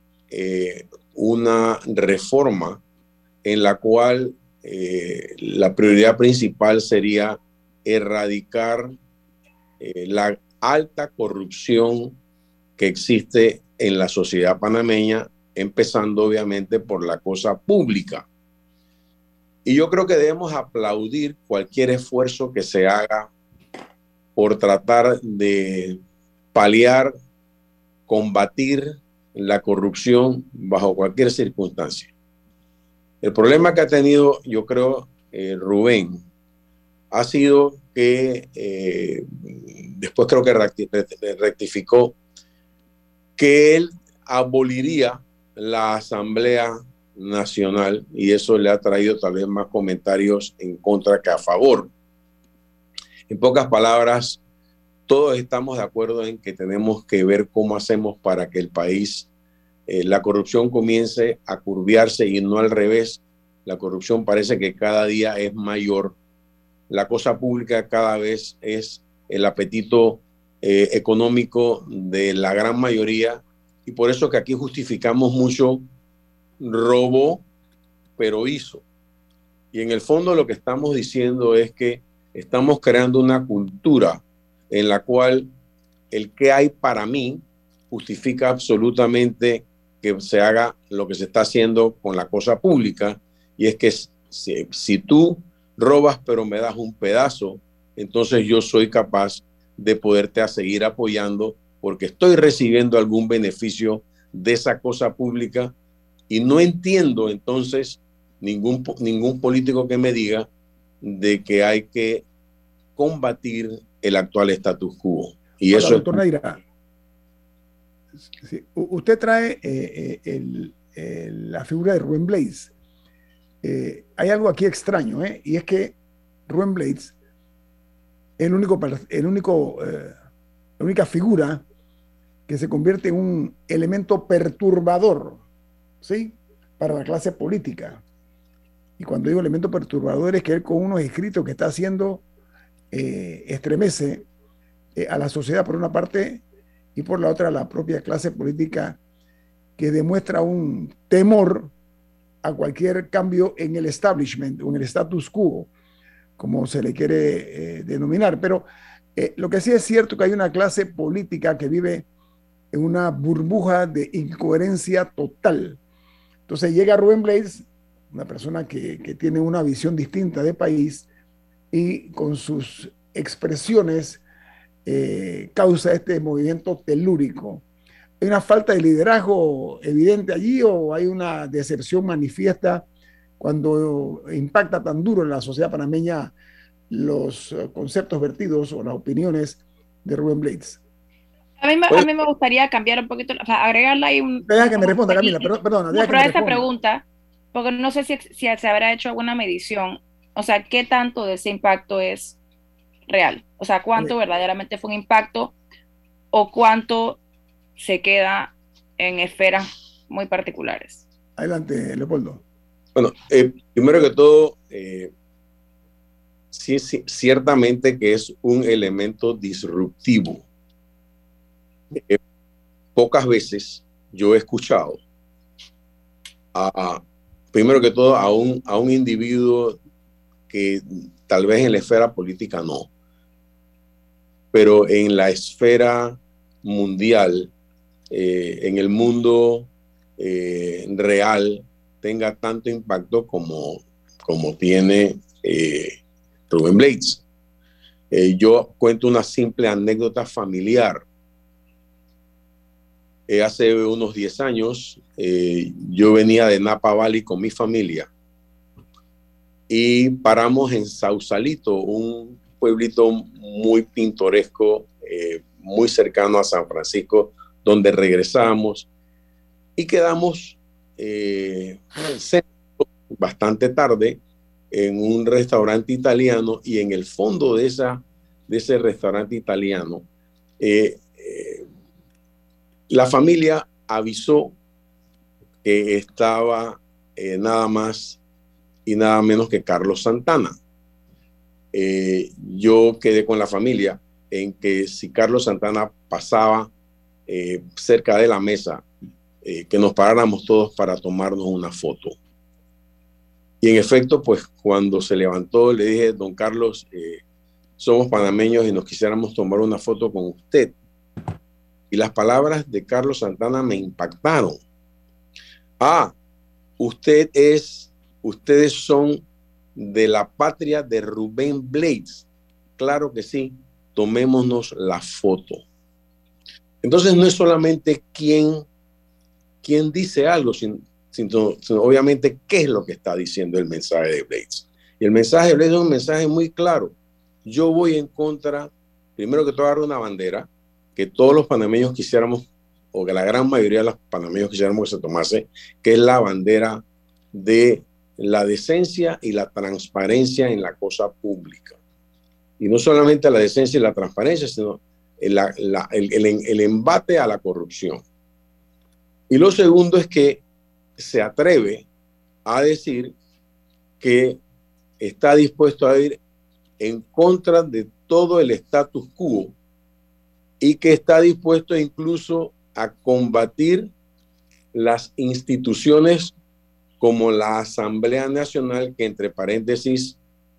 una reforma en la cual la prioridad principal sería erradicar la alta corrupción que existe en la sociedad panameña, empezando obviamente por la cosa pública. Y yo creo que debemos aplaudir cualquier esfuerzo que se haga por tratar de paliar, combatir la corrupción bajo cualquier circunstancia. El problema que ha tenido, yo creo, Rubén, ha sido que después creo que rectificó que él aboliría la Asamblea Nacional, y eso le ha traído tal vez más comentarios en contra que a favor. En pocas palabras, todos estamos de acuerdo en que tenemos que ver cómo hacemos para que el país, la corrupción comience a curviarse y no al revés. La corrupción parece que cada día es mayor. La cosa pública cada vez es el apetito económico de la gran mayoría, y por eso que aquí justificamos mucho robó, pero hizo. Y en el fondo lo que estamos diciendo es que estamos creando una cultura en la cual el que hay para mí justifica absolutamente que se haga lo que se está haciendo con la cosa pública, y es que si tú robas pero me das un pedazo, entonces yo soy capaz de poderte a seguir apoyando porque estoy recibiendo algún beneficio de esa cosa pública, y no entiendo entonces ningún político que me diga de que hay que combatir el actual status quo. Y ahora, eso doctor Neira, sí, usted trae la figura de Rubén Blades. Hay algo aquí extraño, y es que Rubén Blades es la única figura que se convierte en un elemento perturbador, ¿sí?, para la clase política. Y cuando digo elemento perturbador es que él, con unos escritos que está haciendo, estremece a la sociedad por una parte, y por la otra a la propia clase política, que demuestra un temor a cualquier cambio en el establishment o en el status quo, como se le quiere denominar. Pero lo que sí es cierto que hay una clase política que vive en una burbuja de incoherencia total. Entonces llega Rubén Blades, una persona que tiene una visión distinta de país, y con sus expresiones causa este movimiento telúrico. ¿Hay una falta de liderazgo evidente allí, o hay una deserción manifiesta cuando impacta tan duro en la sociedad panameña los conceptos vertidos o las opiniones de Rubén Blades? A mí me gustaría cambiar un poquito, o sea, agregarle ahí un... Deja que me responda, Camila, perdona. No, pero esta pregunta, porque no sé si se habrá hecho alguna medición, o sea, ¿qué tanto de ese impacto es real? O sea, ¿cuánto verdaderamente fue un impacto, o cuánto se queda en esferas muy particulares? Adelante, Leopoldo. Bueno, primero que todo, sí, ciertamente que es un elemento disruptivo. Pocas veces yo he escuchado primero que todo a un individuo que tal vez en la esfera política no, pero en la esfera mundial, en el mundo real, tenga tanto impacto como tiene Rubén Blades. Yo cuento una simple anécdota familiar. Hace unos 10 años, yo venía de Napa Valley con mi familia y paramos en Sausalito, un pueblito muy pintoresco, muy cercano a San Francisco, donde regresamos y quedamos bastante tarde en un restaurante italiano, y en el fondo de ese restaurante italiano, la familia avisó que estaba nada más y nada menos que Carlos Santana. Yo quedé con la familia en que si Carlos Santana pasaba cerca de la mesa, que nos paráramos todos para tomarnos una foto. Y en efecto, pues cuando se levantó, le dije: don Carlos, somos panameños y nos quisiéramos tomar una foto con usted. Y las palabras de Carlos Santana me impactaron. Ustedes son de la patria de Rubén Blades. Claro que sí, tomémonos la foto. Entonces no es solamente quién dice algo, sino obviamente qué es lo que está diciendo el mensaje de Blades. Y el mensaje de Blades es un mensaje muy claro. Yo voy en contra, primero que todo, agarrar una bandera que todos los panameños quisiéramos, o que la gran mayoría de los panameños quisiéramos que se tomase, que es la bandera de la decencia y la transparencia en la cosa pública. Y no solamente la decencia y la transparencia, sino el embate a la corrupción. Y lo segundo es que se atreve a decir que está dispuesto a ir en contra de todo el status quo, y que está dispuesto incluso a combatir las instituciones como la Asamblea Nacional, que entre paréntesis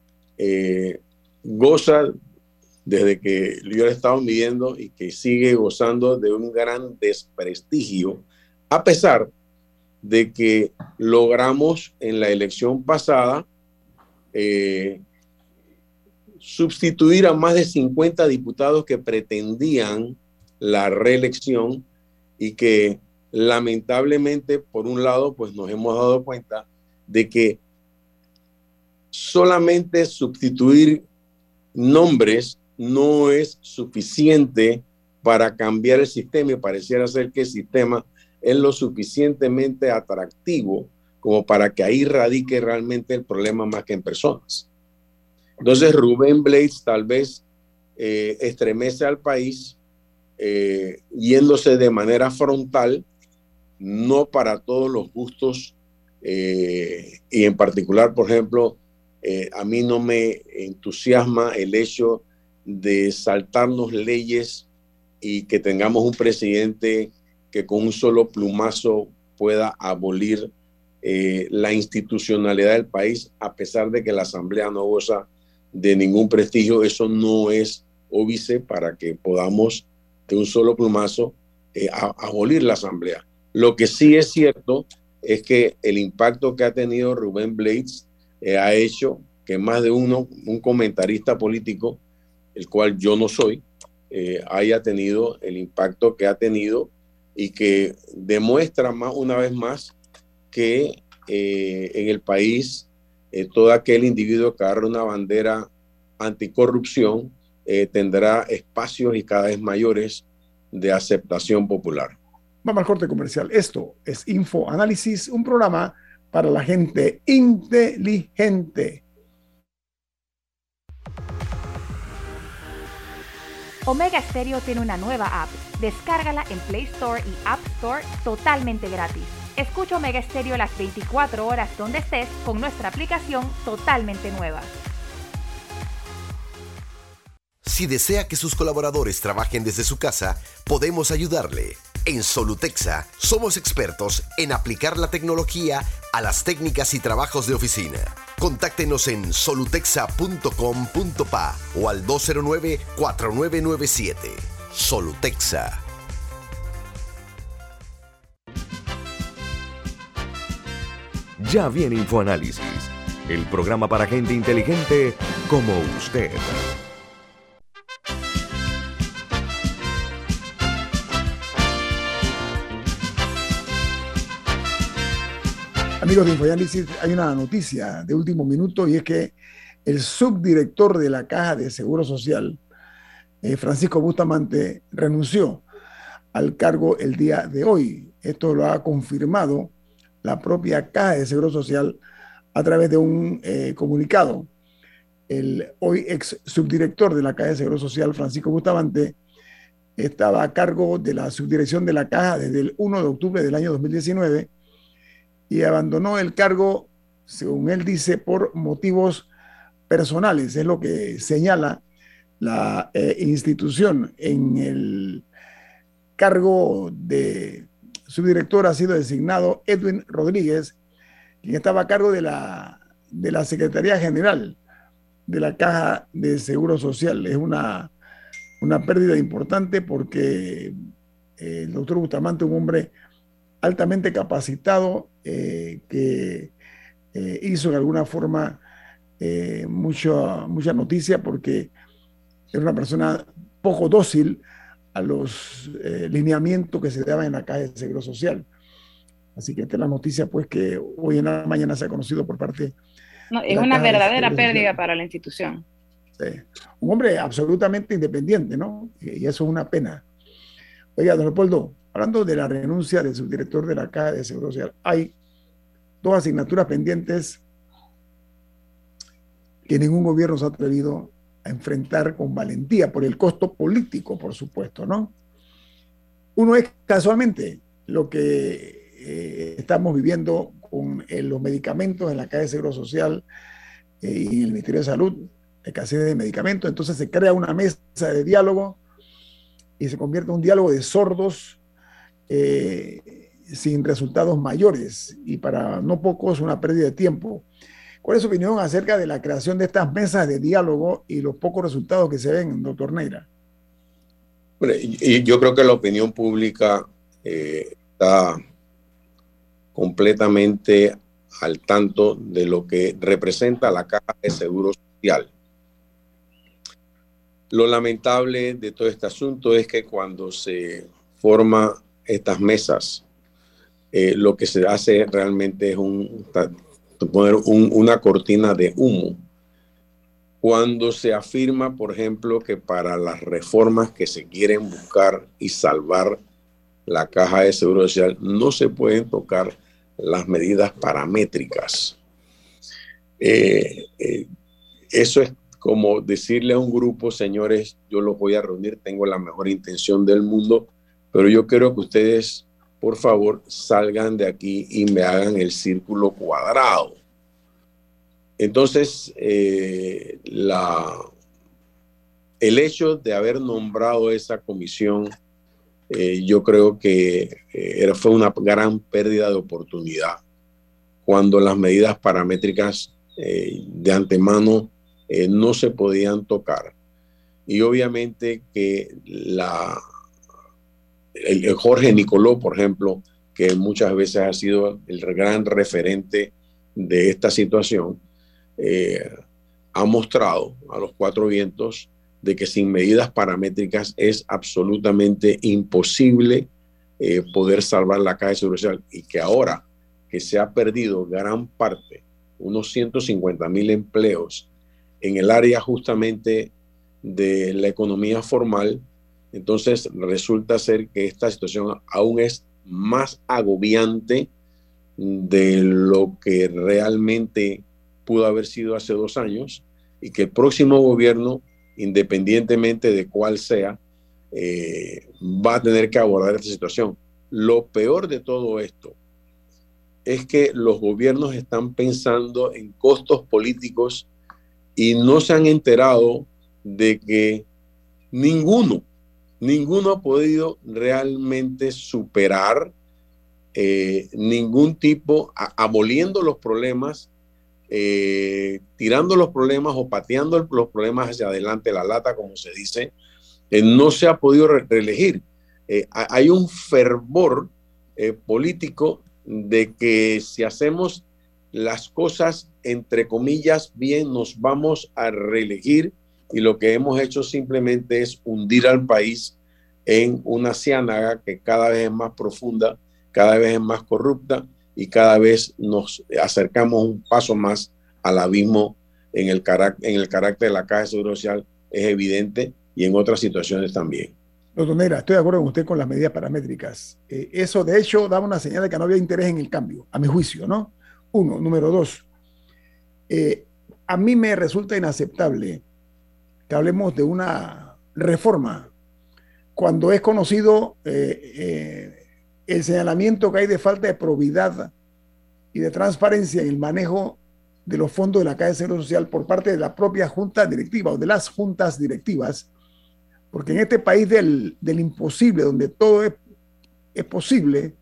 goza, desde que yo le he estado midiendo, y que sigue gozando de un gran desprestigio, a pesar de que logramos en la elección pasada sustituir a más de 50 diputados que pretendían la reelección, y que lamentablemente, por un lado, pues nos hemos dado cuenta de que solamente sustituir nombres no es suficiente para cambiar el sistema, y pareciera ser que el sistema es lo suficientemente atractivo como para que ahí radique realmente el problema más que en personas. Entonces Rubén Blades tal vez estremece al país yéndose de manera frontal, no para todos los gustos, y en particular, por ejemplo, a mí no me entusiasma el hecho de saltarnos leyes y que tengamos un presidente que con un solo plumazo pueda abolir la institucionalidad del país, a pesar de que la Asamblea no goza de ningún prestigio. Eso no es óbice para que podamos de un solo plumazo abolir la Asamblea. Lo que sí es cierto es que el impacto que ha tenido Rubén Blades ha hecho que más de uno, un comentarista político, el cual yo no soy, haya tenido el impacto que ha tenido, y que demuestra una vez más que en el país todo aquel individuo que agarre una bandera anticorrupción tendrá espacios y cada vez mayores de aceptación popular. Vamos al corte comercial. Esto es InfoAnálisis, un programa para la gente inteligente. Omega Stereo tiene una nueva app. Descárgala en Play Store y App Store totalmente gratis. Escucha Omega Stereo las 24 horas donde estés con nuestra aplicación totalmente nueva. Si desea que sus colaboradores trabajen desde su casa, podemos ayudarle. En Solutexa somos expertos en aplicar la tecnología a las técnicas y trabajos de oficina. Contáctenos en solutexa.com.pa o al 209-4997. Solutexa. Ya viene InfoAnálisis, el programa para gente inteligente como usted. Amigos de InfoAnálisis, hay una noticia de último minuto, y es que el subdirector de la Caja de Seguro Social, Francisco Bustamante, renunció al cargo el día de hoy. Esto lo ha confirmado la propia Caja de Seguro Social a través de un comunicado. El hoy ex subdirector de la Caja de Seguro Social, Francisco Bustamante, estaba a cargo de la subdirección de la Caja desde el 1 de octubre del año 2019 y abandonó el cargo, según él dice, por motivos personales. Es lo que señala la institución. En el cargo de subdirector ha sido designado Edwin Rodríguez, quien estaba a cargo de la Secretaría General de la Caja de Seguro Social. Es una pérdida importante porque el doctor Bustamante, un hombre altamente capacitado, que hizo de alguna forma mucha noticia, porque era una persona poco dócil a los lineamientos que se daban en la Caja de Seguro Social. Así que esta es la noticia, pues, que hoy en la mañana se ha conocido por parte es una verdadera pérdida para la institución. Sí. Un hombre absolutamente independiente, ¿no? Y eso es una pena. Oiga, don Leopoldo, hablando de la renuncia del subdirector de la Caja de Seguro Social, hay dos asignaturas pendientes que ningún gobierno se ha atrevido a enfrentar con valentía, por el costo político, por supuesto, ¿no? Uno es casualmente lo que estamos viviendo con los medicamentos en la Caja de Seguro Social y el Ministerio de Salud, escasez de medicamentos. Entonces se crea una mesa de diálogo y se convierte en un diálogo de sordos, sin resultados mayores, y para no pocos una pérdida de tiempo. ¿Cuál es su opinión acerca de la creación de estas mesas de diálogo y los pocos resultados que se ven, doctor Neira? Bueno, y yo creo que la opinión pública está completamente al tanto de lo que representa la Caja de Seguro Social. Lo lamentable de todo este asunto es que cuando se forman estas mesas lo que se hace realmente es poner una cortina de humo. Cuando se afirma, por ejemplo, que para las reformas que se quieren buscar y salvar la Caja de Seguro Social no se pueden tocar las medidas paramétricas. Eso es como decirle a un grupo, señores, yo los voy a reunir, tengo la mejor intención del mundo, pero yo quiero que ustedes, por favor, salgan de aquí y me hagan el círculo cuadrado. Entonces, el hecho de haber nombrado esa comisión, yo creo que fue una gran pérdida de oportunidad cuando las medidas paramétricas de antemano no se podían tocar. Y obviamente que el Jorge Nicoló, por ejemplo, que muchas veces ha sido el gran referente de esta situación, ha mostrado a los cuatro vientos de que sin medidas paramétricas es absolutamente imposible poder salvar la Caja de Seguro Social, y que ahora que se ha perdido gran parte, unos 150,000 empleos en el área justamente de la economía formal, entonces resulta ser que esta situación aún es más agobiante de lo que realmente pudo haber sido hace 2 años, y que el próximo gobierno, independientemente de cuál sea, va a tener que abordar esta situación. Lo peor de todo esto es que los gobiernos están pensando en costos políticos y no se han enterado de que ninguno ha podido realmente superar ningún tipo, aboliendo los problemas, tirando los problemas o pateando los problemas hacia adelante, la lata, como se dice. No se ha podido reelegir. Hay un fervor político de que si hacemos las cosas, entre comillas, bien, nos vamos a reelegir, y lo que hemos hecho simplemente es hundir al país en una ciénaga que cada vez es más profunda, cada vez es más corrupta, y cada vez nos acercamos un paso más al abismo. En el carácter de la Caja de Seguro Social es evidente, y en otras situaciones también. Doctor Neira, estoy de acuerdo con usted con las medidas paramétricas. Eso, de hecho, daba una señal de que no había interés en el cambio, a mi juicio, ¿no? Uno. Número 2, a mí me resulta inaceptable que hablemos de una reforma cuando es conocido el señalamiento que hay de falta de probidad y de transparencia en el manejo de los fondos de la Caja de Seguro Social por parte de la propia junta directiva o de las juntas directivas, porque en este país del imposible, donde todo es posible,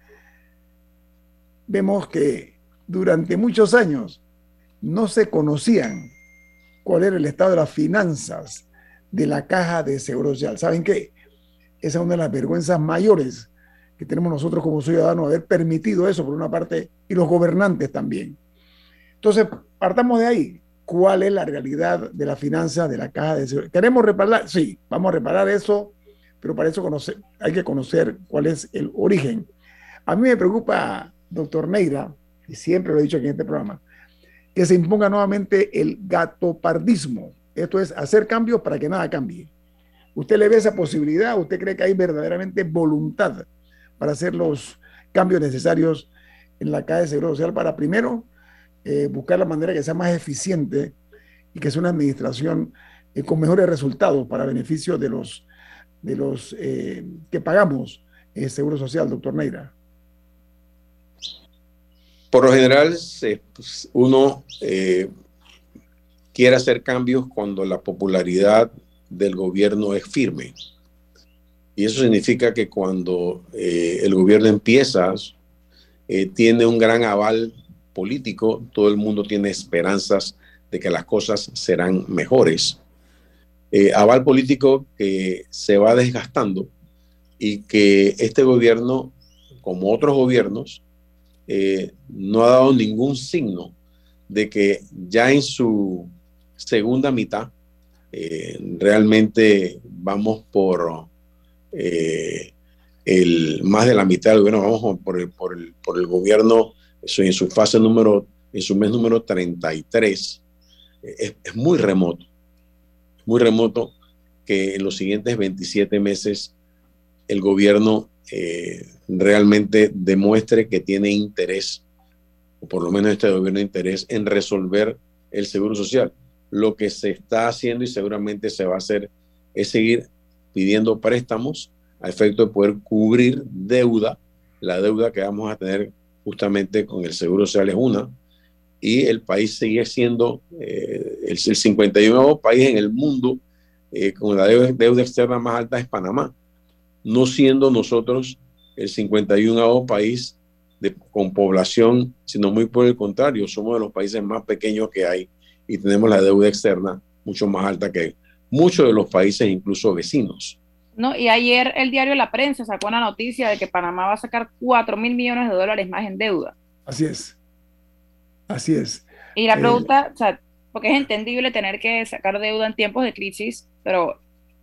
vemos que durante muchos años no se conocían cuál era el estado de las finanzas de la Caja de Seguro Social. ¿Saben qué? Esa es una de las vergüenzas mayores que tenemos nosotros como ciudadanos, haber permitido eso por una parte, y los gobernantes también. Entonces, partamos de ahí. ¿Cuál es la realidad de la finanza de la Caja de Seguro? ¿Queremos reparar? Sí, vamos a reparar eso, pero para eso hay que conocer cuál es el origen. A mí me preocupa, doctor Neira, y siempre lo he dicho aquí en este programa, que se imponga nuevamente el gatopardismo. Esto es hacer cambios para que nada cambie. ¿Usted le ve esa posibilidad? ¿Usted cree que hay verdaderamente voluntad para hacer los cambios necesarios en la Caja de Seguro Social para, primero, buscar la manera que sea más eficiente y que sea una administración con mejores resultados para beneficio de los que pagamos Seguro Social, doctor Neira? Por lo general, uno quiere hacer cambios cuando la popularidad del gobierno es firme. Y eso significa que cuando el gobierno empieza, tiene un gran aval político, todo el mundo tiene esperanzas de que las cosas serán mejores. Aval político que se va desgastando, y que este gobierno, como otros gobiernos, no ha dado ningún signo de que ya en su segunda mitad realmente vamos por más de la mitad del gobierno, vamos por el gobierno, eso en su fase en su mes número 33, es muy remoto que en los siguientes 27 meses el gobierno realmente demuestre que tiene interés, o por lo menos este gobierno interés, en resolver el seguro social. Lo que se está haciendo y seguramente se va a hacer es seguir pidiendo préstamos a efecto de poder cubrir la deuda que vamos a tener justamente con el seguro social es una, y el país sigue siendo el 51º país en el mundo con la deuda externa más alta es Panamá, no siendo nosotros el 51º país con población, sino muy por el contrario, somos de los países más pequeños que hay y tenemos la deuda externa mucho más alta que muchos de los países, incluso vecinos. No, y ayer el diario La Prensa sacó una noticia de que Panamá va a sacar $4,000 millones más en deuda. Así es. Y la pregunta, o sea, porque es entendible tener que sacar deuda en tiempos de crisis, pero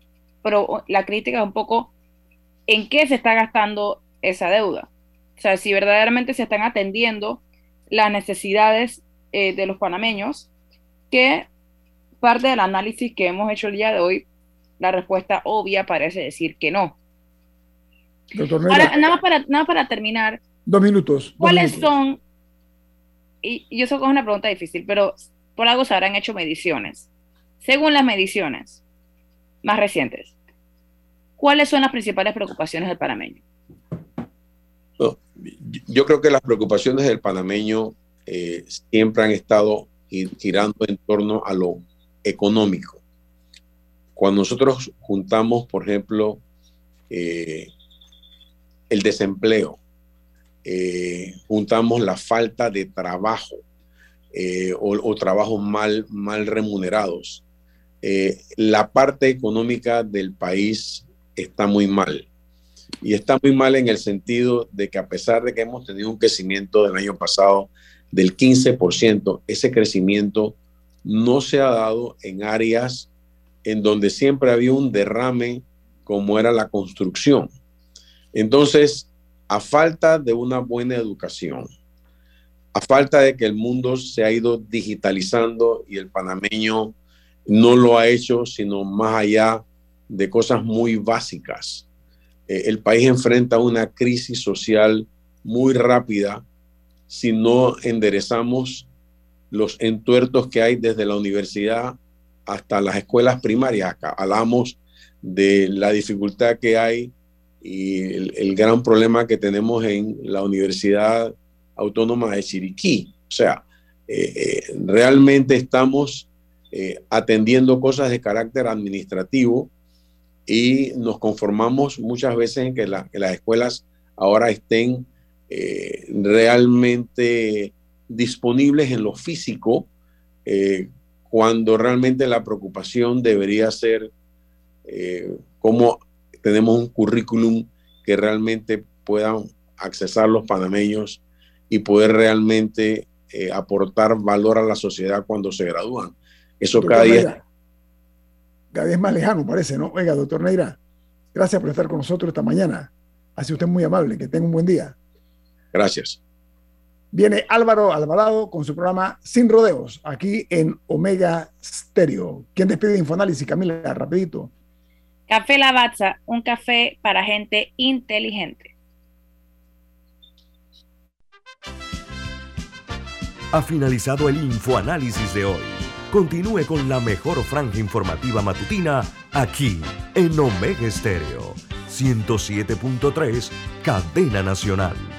la crítica es un poco en qué se está gastando esa deuda. O sea, si verdaderamente se están atendiendo las necesidades de los panameños, que parte del análisis que hemos hecho el día de hoy, la respuesta obvia parece decir que no. Doctor Ahora, nada para terminar. 2 minutos. ¿Cuáles son? Y yo sé que es una pregunta difícil, pero por algo se habrán hecho mediciones. Según las mediciones más recientes, ¿cuáles son las principales preocupaciones del panameño? No, yo creo que las preocupaciones del panameño siempre han estado girando en torno a lo económico. Cuando nosotros juntamos, por ejemplo, el desempleo, juntamos la falta de trabajo o trabajos mal remunerados, la parte económica del país está muy mal. Y está muy mal en el sentido de que a pesar de que hemos tenido un crecimiento del año pasado del 15%, ese crecimiento no se ha dado en áreas en donde siempre había un derrame, como era la construcción. Entonces, a falta de una buena educación, a falta de que el mundo se ha ido digitalizando y el panameño no lo ha hecho, sino más allá de cosas muy básicas. El país enfrenta una crisis social muy rápida si no enderezamos los entuertos que hay desde la universidad hasta las escuelas primarias. Acá hablamos de la dificultad que hay y el gran problema que tenemos en la Universidad Autónoma de Chiriquí. O sea, realmente estamos atendiendo cosas de carácter administrativo y nos conformamos muchas veces en que las escuelas ahora estén realmente disponibles en lo físico, cuando realmente la preocupación debería ser cómo tenemos un currículum que realmente puedan accesar los panameños y poder realmente aportar valor a la sociedad cuando se gradúan. Eso doctor cada día... Neira, cada vez más lejano parece, ¿no? Oiga, doctor Neira, gracias por estar con nosotros esta mañana. Ha sido usted muy amable, que tenga un buen día. Gracias. Viene Álvaro Alvarado con su programa Sin Rodeos, aquí en Omega Stereo. ¿Quién despide de Infoanálisis, Camila? Rapidito. Café Lavazza, un café para gente inteligente. Ha finalizado el Infoanálisis de hoy. Continúe con la mejor franja informativa matutina aquí en Omega Stereo 107.3, Cadena Nacional.